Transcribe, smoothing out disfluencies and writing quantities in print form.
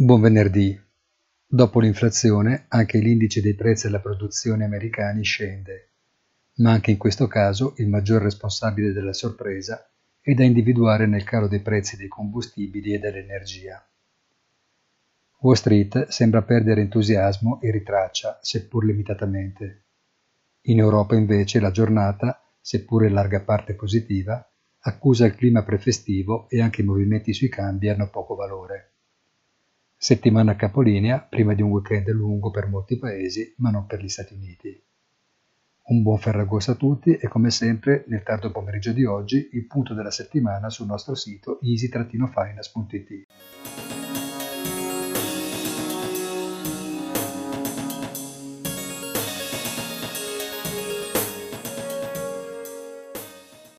Buon venerdì. Dopo l'inflazione, anche l'indice dei prezzi alla produzione americani scende, ma anche in questo caso il maggior responsabile della sorpresa è da individuare nel calo dei prezzi dei combustibili e dell'energia. Wall Street sembra perdere entusiasmo e ritraccia, seppur limitatamente. In Europa invece la giornata, seppur in larga parte positiva, accusa il clima prefestivo e anche i movimenti sui cambi hanno poco valore. Settimana capolinea, prima di un weekend lungo per molti paesi, ma non per gli Stati Uniti. Un buon Ferragosto a tutti e come sempre, nel tardo pomeriggio di oggi, il punto della settimana sul nostro sito easy-finance.it.